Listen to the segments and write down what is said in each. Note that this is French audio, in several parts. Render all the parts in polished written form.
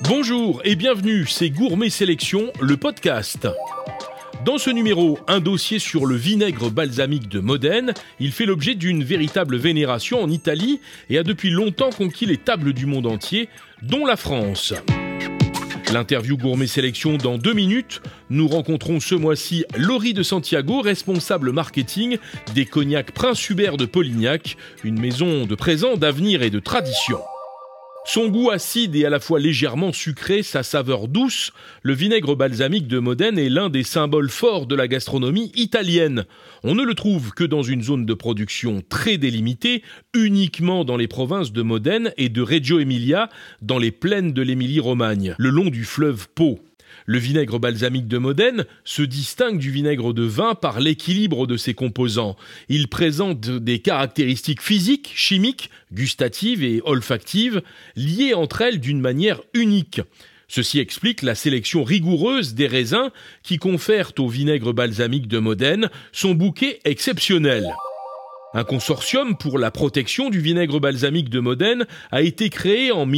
Bonjour et bienvenue, c'est Gourmet Sélection, le podcast. Dans ce numéro, un dossier sur le vinaigre balsamique de Modène. Il fait l'objet d'une véritable vénération en Italie et a depuis longtemps conquis les tables du monde entier, dont la France. L'interview Gourmet Sélection dans 2 minutes. Nous rencontrons ce mois-ci Laurie de Santiago, responsable marketing des cognacs Prince Hubert de Polignac, une maison de présent, d'avenir et de tradition. Son goût acide et à la fois légèrement sucré, sa saveur douce, le vinaigre balsamique de Modène est l'un des symboles forts de la gastronomie italienne. On ne le trouve que dans une zone de production très délimitée, uniquement dans les provinces de Modène et de Reggio Emilia, dans les plaines de l'Émilie-Romagne, le long du fleuve Pô. Le vinaigre balsamique de Modène se distingue du vinaigre de vin par l'équilibre de ses composants. Il présente des caractéristiques physiques, chimiques, gustatives et olfactives, liées entre elles d'une manière unique. Ceci explique la sélection rigoureuse des raisins qui confèrent au vinaigre balsamique de Modène son bouquet exceptionnel. Un consortium pour la protection du vinaigre balsamique de Modène a été créé en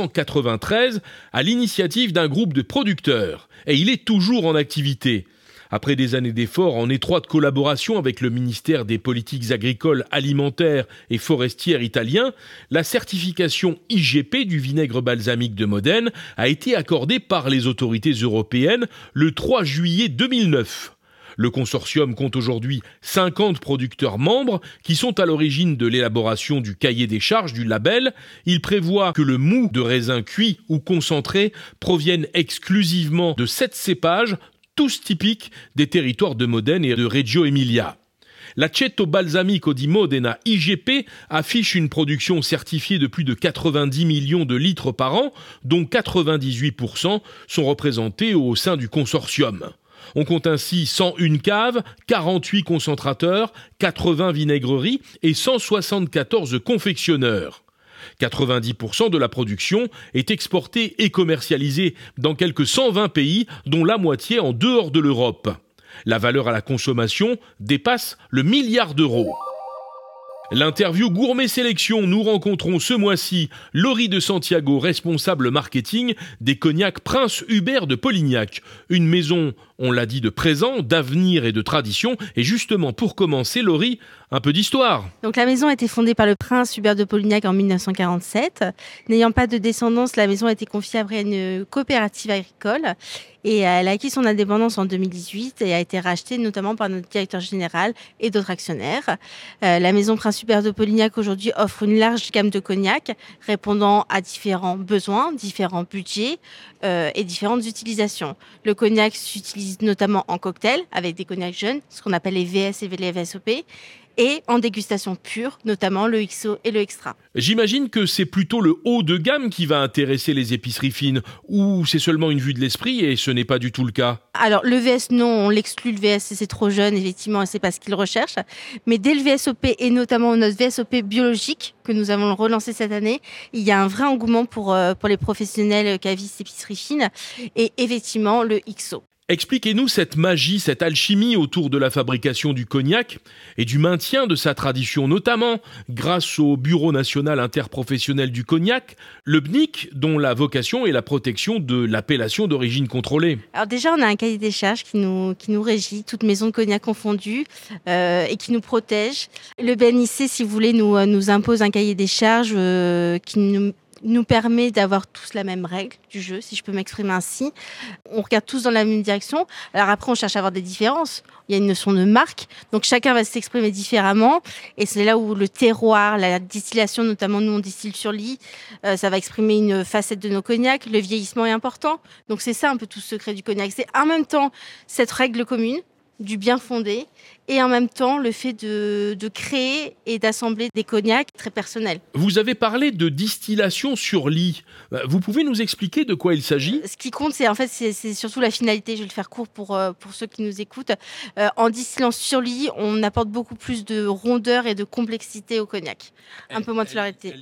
1993 à l'initiative d'un groupe de producteurs et il est toujours en activité. Après des années d'efforts en étroite collaboration avec le ministère des Politiques agricoles, alimentaires et forestières italien, la certification IGP du vinaigre balsamique de Modène a été accordée par les autorités européennes le 3 juillet 2009. Le consortium compte aujourd'hui 50 producteurs membres qui sont à l'origine de l'élaboration du cahier des charges du label. Il prévoit que le mou de raisin cuit ou concentré provienne exclusivement de 7 cépages, tous typiques des territoires de Modène et de Reggio Emilia. L'Aceto Balsamico di Modena IGP affiche une production certifiée de plus de 90 millions de litres par an, dont 98% sont représentés au sein du consortium. On compte ainsi 101 caves, 48 concentrateurs, 80 vinaigreries et 174 confectionneurs. 90% de la production est exportée et commercialisée dans quelques 120 pays, dont la moitié en dehors de l'Europe. La valeur à la consommation dépasse le 1 milliard d'euros. L'interview Gourmet Sélection, nous rencontrons ce mois-ci Laurie de Santiago, responsable marketing des cognacs Prince Hubert de Polignac. Une maison, on l'a dit, de présent, d'avenir et de tradition. Et justement, pour commencer, Laurie, un peu d'histoire. Donc la maison a été fondée par le Prince Hubert de Polignac en 1947. N'ayant pas de descendance, la maison a été confiée après à une coopérative agricole. Et elle a acquis son indépendance en 2018 et a été rachetée notamment par notre directeur général et d'autres actionnaires. La maison Prince Hubert de Polignac aujourd'hui offre une large gamme de cognacs répondant à différents besoins, différents budgets et différentes utilisations. Le cognac s'utilise notamment en cocktail avec des cognacs jeunes, ce qu'on appelle les VS et les VSOP, et en dégustation pure, notamment le XO et le Extra. J'imagine que c'est plutôt le haut de gamme qui va intéresser les épiceries fines, ou c'est seulement une vue de l'esprit et ce n'est pas du tout le cas? Alors le VS, non, on l'exclut, le VS c'est trop jeune, effectivement, c'est pas ce qu'il recherche. Mais dès le VSOP et notamment notre VSOP biologique, que nous avons relancé cette année, il y a un vrai engouement pour les professionnels cavistes épiceries fines et effectivement le XO. Expliquez-nous cette magie, cette alchimie autour de la fabrication du cognac et du maintien de sa tradition, notamment grâce au Bureau national interprofessionnel du cognac, le BNIC, dont la vocation est la protection de l'appellation d'origine contrôlée. Alors déjà, on a un cahier des charges qui nous régit, toute maison de cognac confondue, et qui nous protège. Le BNIC, si vous voulez, nous impose un cahier des charges qui nous permet d'avoir tous la même règle du jeu, si je peux m'exprimer ainsi. On regarde tous dans la même direction. Alors après, on cherche à avoir des différences. Il y a une notion de marque, donc chacun va s'exprimer différemment. Et c'est là où le terroir, la distillation, notamment nous on distille sur lit, ça va exprimer une facette de nos cognacs. Le vieillissement est important. Donc c'est ça un peu tout le secret du cognac. C'est en même temps cette règle commune, du bien fondé, et en même temps le fait de créer et d'assembler des cognacs très personnels. Vous avez parlé de distillation sur lit. Vous pouvez nous expliquer de quoi il s'agit ? Ce qui compte, c'est surtout la finalité. Je vais le faire court pour ceux qui nous écoutent. En distillant sur lit, on apporte beaucoup plus de rondeur et de complexité au cognac. Un peu moins de floralité.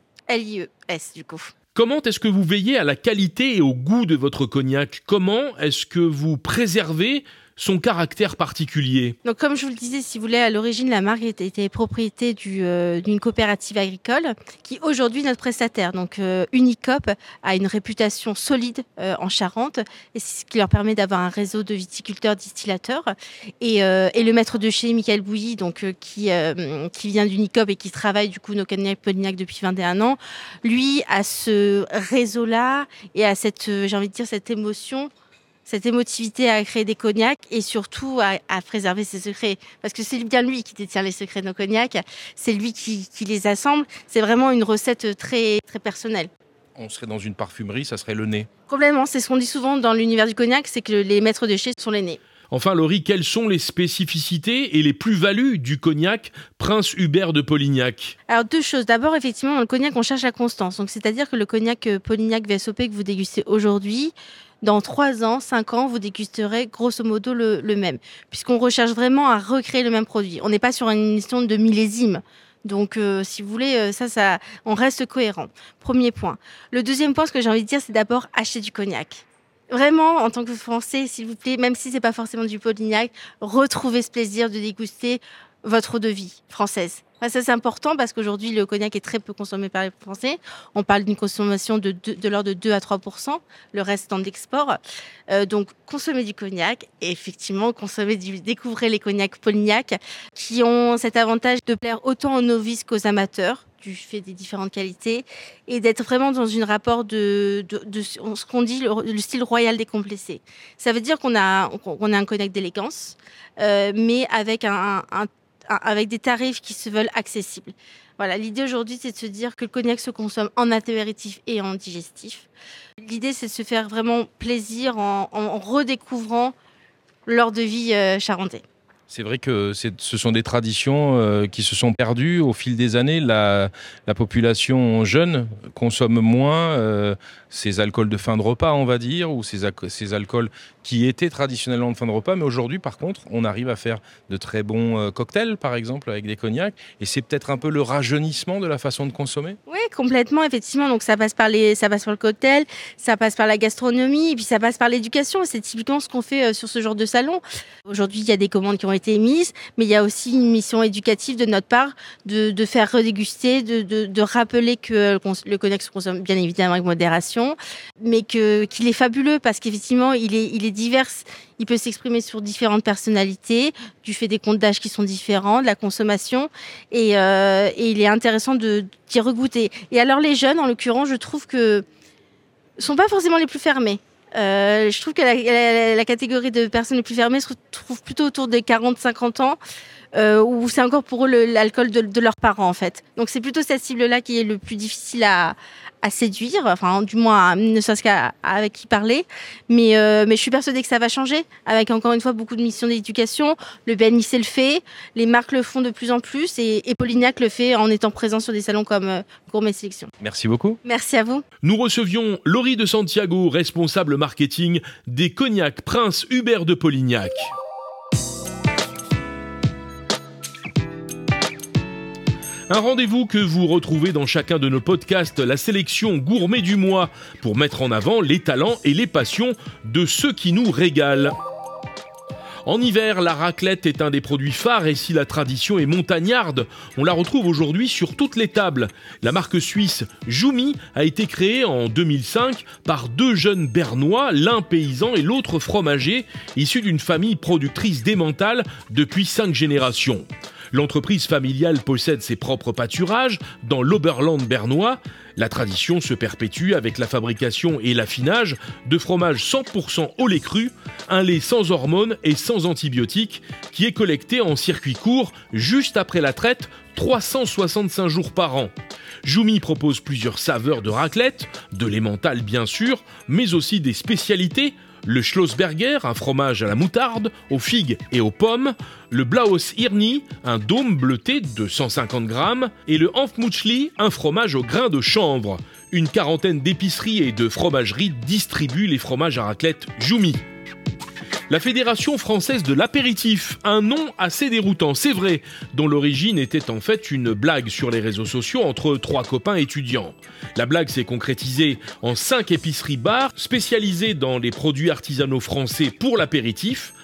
LIES du coup. Comment est-ce que vous veillez à la qualité et au goût de votre cognac ? Comment est-ce que vous préservez son caractère particulier. Donc, comme je vous le disais, si vous voulez, à l'origine, la marque était propriété d'une coopérative agricole qui aujourd'hui est notre prestataire. Donc, Unicoop a une réputation solide en Charente et c'est ce qui leur permet d'avoir un réseau de viticulteurs distillateurs. Et le maître de chez Michael Bouilly, donc qui vient d'Unicoop et qui travaille du coup nos cognacs Polignac depuis 21 ans, lui a ce réseau-là et a cette, j'ai envie de dire, cette émotion, cette émotivité à créer des cognacs et surtout à préserver ses secrets. Parce que c'est bien lui qui détient les secrets de nos cognacs, c'est lui qui les assemble. C'est vraiment une recette très, très personnelle. On serait dans une parfumerie, ça serait le nez. Complètement, c'est ce qu'on dit souvent dans l'univers du cognac, c'est que les maîtres de chez sont les nez. Enfin, Laurie, quelles sont les spécificités et les plus-values du cognac Prince Hubert de Polignac ? Alors, deux choses. D'abord, effectivement, dans le cognac, on cherche la constance. Donc, c'est-à-dire que le cognac Polignac VSOP que vous dégustez aujourd'hui, dans 3 ans, 5 ans, vous dégusterez grosso modo le même. Puisqu'on recherche vraiment à recréer le même produit. On n'est pas sur une question de millésime. Donc, si vous voulez, ça, on reste cohérent. Premier point. Le deuxième point, ce que j'ai envie de dire, c'est d'abord acheter du cognac. Vraiment, en tant que Français, s'il vous plaît, même si c'est pas forcément du Polignac, retrouvez ce plaisir de déguster votre eau de vie française. Ça, c'est important parce qu'aujourd'hui, le cognac est très peu consommé par les Français. On parle d'une consommation de l'ordre de 2 à 3%, le reste en export. Donc, consommez du cognac et effectivement, découvrez les cognacs Polignac qui ont cet avantage de plaire autant aux novices qu'aux amateurs, du fait des différentes qualités, et d'être vraiment dans un rapport de ce qu'on dit le style royal décomplexé. Ça veut dire qu'on a un cognac d'élégance, mais avec avec des tarifs qui se veulent accessibles. Voilà, l'idée aujourd'hui, c'est de se dire que le cognac se consomme en apéritif et en digestif. L'idée, c'est de se faire vraiment plaisir en redécouvrant l'or de vie charentais. C'est vrai que ce sont des traditions qui se sont perdues au fil des années. La population jeune consomme moins ces alcools de fin de repas, on va dire, ou ces alcools qui étaient traditionnellement de fin de repas. Mais aujourd'hui, par contre, on arrive à faire de très bons cocktails, par exemple, avec des cognacs. Et c'est peut-être un peu le rajeunissement de la façon de consommer. Oui, complètement, effectivement. Donc ça passe par le cocktail, ça passe par la gastronomie, et puis ça passe par l'éducation. C'est typiquement ce qu'on fait sur ce genre de salon. Aujourd'hui, il y a des commandes qui ont été émises, mais il y a aussi une mission éducative de notre part de faire redéguster, de rappeler que le cognac se consomme bien évidemment avec modération, mais qu'il est fabuleux parce qu'effectivement, il est divers. Il peut s'exprimer sur différentes personnalités, du fait des comptes d'âge qui sont différents, de la consommation, et il est intéressant d'y regoûter. Et alors les jeunes, en l'occurrence, je trouve que sont pas forcément les plus fermés. Je trouve que la catégorie de personnes les plus fermées se retrouve plutôt autour des 40-50 ans, où c'est encore pour eux l'alcool de leurs parents en fait. Donc c'est plutôt cette cible-là qui est le plus difficile à séduire, enfin du moins ne serait-ce qu'avec qui parler, mais je suis persuadée que ça va changer avec encore une fois beaucoup de missions d'éducation. Le BNIC le fait, les marques le font de plus en plus et Polignac le fait en étant présent sur des salons comme Gourmet Sélection. Merci beaucoup. Merci à vous. Nous recevions Laurie de Santiago, responsable marketing des cognacs Prince Hubert de Polignac. Un rendez-vous que vous retrouvez dans chacun de nos podcasts, la sélection gourmet du mois, pour mettre en avant les talents et les passions de ceux qui nous régalent. En hiver, la raclette est un des produits phares et si la tradition est montagnarde, on la retrouve aujourd'hui sur toutes les tables. La marque suisse Joumi a été créée en 2005 par 2 jeunes bernois, l'un paysan et l'autre fromager, issus d'une famille productrice d'emmental depuis 5 générations. L'entreprise familiale possède ses propres pâturages dans l'Oberland bernois. La tradition se perpétue avec la fabrication et l'affinage de fromages 100% au lait cru, un lait sans hormones et sans antibiotiques qui est collecté en circuit court juste après la traite 365 jours par an. Joumi propose plusieurs saveurs de raclette, de l'emmental bien sûr, mais aussi des spécialités. Le Schlossberger, un fromage à la moutarde, aux figues et aux pommes, le Blaues Hirni, un dôme bleuté de 150 grammes, et le Hanfmutschli, un fromage au grain de chanvre. Une quarantaine d'épiceries et de fromageries distribuent les fromages à raclette Joumi. La Fédération française de l'apéritif, un nom assez déroutant, c'est vrai, dont l'origine était en fait une blague sur les réseaux sociaux entre 3 copains étudiants. La blague s'est concrétisée en 5 épiceries-bars spécialisées dans les produits artisanaux français pour l'apéritif,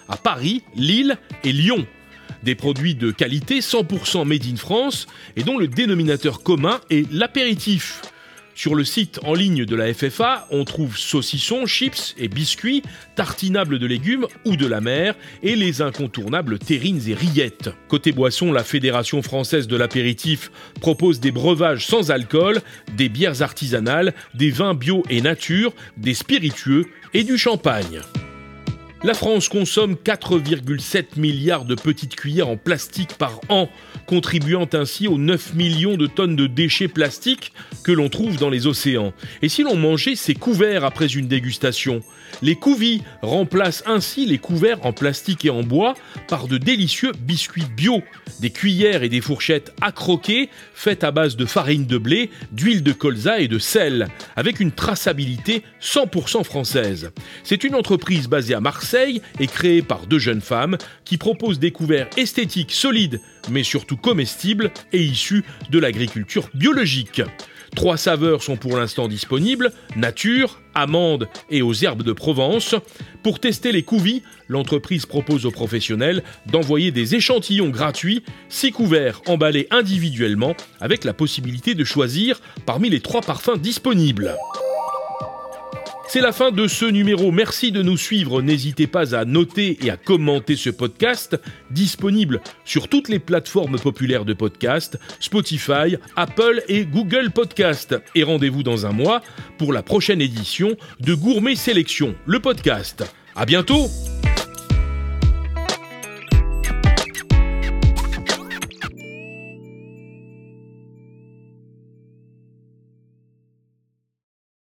à Paris, Lille et Lyon. Des produits de qualité 100% made in France et dont le dénominateur commun est l'apéritif. Sur le site en ligne de la FFA, on trouve saucissons, chips et biscuits, tartinables de légumes ou de la mer et les incontournables terrines et rillettes. Côté boisson, la Fédération française de l'apéritif propose des breuvages sans alcool, des bières artisanales, des vins bio et nature, des spiritueux et du champagne. La France consomme 4,7 milliards de petites cuillères en plastique par an, contribuant ainsi aux 9 millions de tonnes de déchets plastiques que l'on trouve dans les océans. Et si l'on mangeait ces couverts après une dégustation ? Les couvis remplacent ainsi les couverts en plastique et en bois par de délicieux biscuits bio, des cuillères et des fourchettes à croquer faites à base de farine de blé, d'huile de colza et de sel, avec une traçabilité 100% française. C'est une entreprise basée à Marseille et créée par 2 jeunes femmes qui proposent des couverts esthétiques solides mais surtout comestibles et issus de l'agriculture biologique. 3 saveurs sont pour l'instant disponibles, nature, amande et aux herbes de Provence. Pour tester les couvis, l'entreprise propose aux professionnels d'envoyer des échantillons gratuits, 6 couverts emballés individuellement, avec la possibilité de choisir parmi les 3 parfums disponibles. C'est la fin de ce numéro. Merci de nous suivre. N'hésitez pas à noter et à commenter ce podcast, disponible sur toutes les plateformes populaires de podcast, Spotify, Apple et Google Podcast. Et rendez-vous dans un mois pour la prochaine édition de Gourmet Sélection, le podcast. À bientôt!